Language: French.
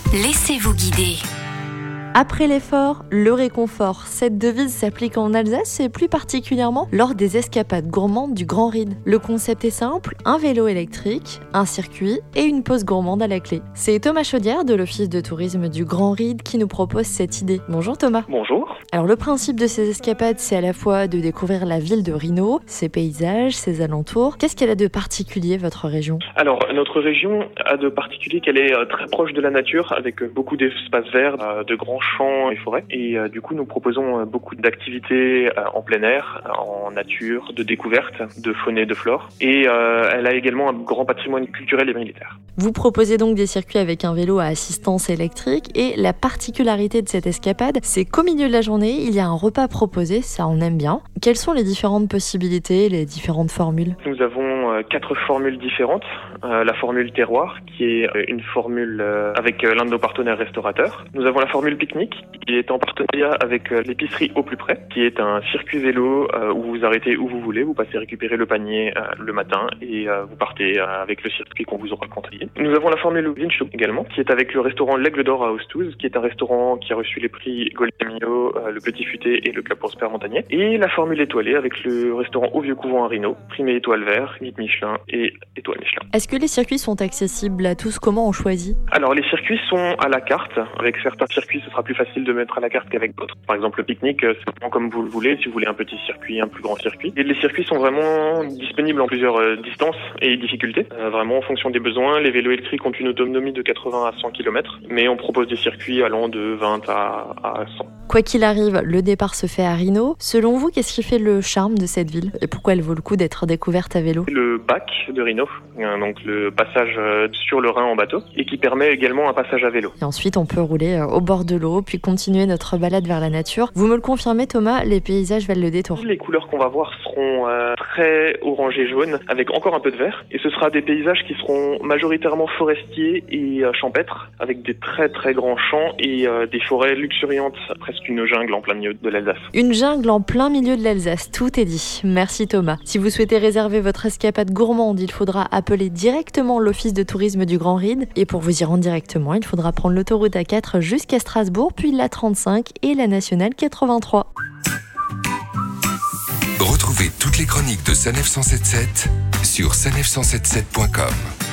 Laissez-vous guider. Après l'effort, le réconfort. Cette devise s'applique en Alsace et plus particulièrement lors des escapades gourmandes du Grand Ride. Le concept est simple, un vélo électrique, un circuit et une pause gourmande à la clé. C'est Thomas Chaudière de l'Office de tourisme du Grand Ride qui nous propose cette idée. Bonjour Thomas. Bonjour. Alors le principe de ces escapades, c'est à la fois de découvrir la ville de Rhino, ses paysages, ses alentours. Qu'est-ce qu'elle a de particulier, votre région ? Alors, notre région a de particulier qu'elle est très proche de la nature, avec beaucoup d'espaces verts, de grands champs et forêts. Et du coup, nous proposons beaucoup d'activités en plein air, en nature, de découverte, de faune et de flore. Et elle a également un grand patrimoine culturel et militaire. Vous proposez donc des circuits avec un vélo à assistance électrique. Et la particularité de cette escapade, c'est qu'au milieu de la journée, il y a un repas proposé, ça on aime bien. Quelles sont les différentes possibilités, les différentes formules ? Nous avons 4 formules différentes. La formule terroir, qui est une formule avec l'un de nos partenaires restaurateurs. Nous avons la formule pique-nique, qui est en partenariat avec l'épicerie au plus près, qui est un circuit vélo où vous arrêtez où vous voulez, vous passez récupérer le panier le matin et vous partez avec le circuit qu'on vous aura conseillé. Nous avons la formule Windstub également, qui est avec le restaurant L'Aigle d'Or à Ostuz, qui est un restaurant qui a reçu les prix Golden Mio, le Petit Futé et le Club Prosper Montagnier. Et la formule étoilée avec le restaurant Au Vieux Couvent à Rhino, primé étoile vert, guide Michelin et étoile Michelin. Est-ce que les circuits sont accessibles à tous ? Comment on choisit ? Alors les circuits sont à la carte. Avec certains circuits, ce sera plus facile de mettre à la carte qu'avec d'autres. Par exemple, le pique-nique, c'est vraiment comme vous le voulez. Si vous voulez un petit circuit, un plus grand circuit. Et les circuits sont vraiment disponibles en plusieurs distances et difficultés. Vraiment en fonction des besoins. Les vélos électriques ont une autonomie de 80 à 100 km. Mais on propose des circuits allant de 20 à 100. Quoi qu'il arrive, le départ se fait à Rhino. Selon vous, qu'est-ce qui fait le charme de cette ville ? Et pourquoi elle vaut le coup d'être découverte à vélo ? Le bac de Rhino, donc le passage sur le Rhin en bateau, et qui permet également un passage à vélo. Et ensuite, on peut rouler au bord de l'eau, puis continuer notre balade vers la nature. Vous me le confirmez, Thomas, les paysages valent le détour. Les couleurs qu'on va voir seront très orange et jaune, avec encore un peu de vert. Et ce sera des paysages qui seront majoritairement forestiers et champêtres, avec des très très grands champs et des forêts luxuriantes, presque une jungle en plein milieu de l'Alsace. Une jungle en plein milieu de l'Alsace, tout est dit. Merci Thomas. Si vous souhaitez réserver votre escapade gourmande, il faudra appeler directement l'Office de tourisme du Grand Ride. Et pour vous y rendre directement, il faudra prendre l'autoroute A4 jusqu'à Strasbourg, puis la 35 et la nationale 83. Retrouvez toutes les chroniques de Sanef 177 sur sanef177.com.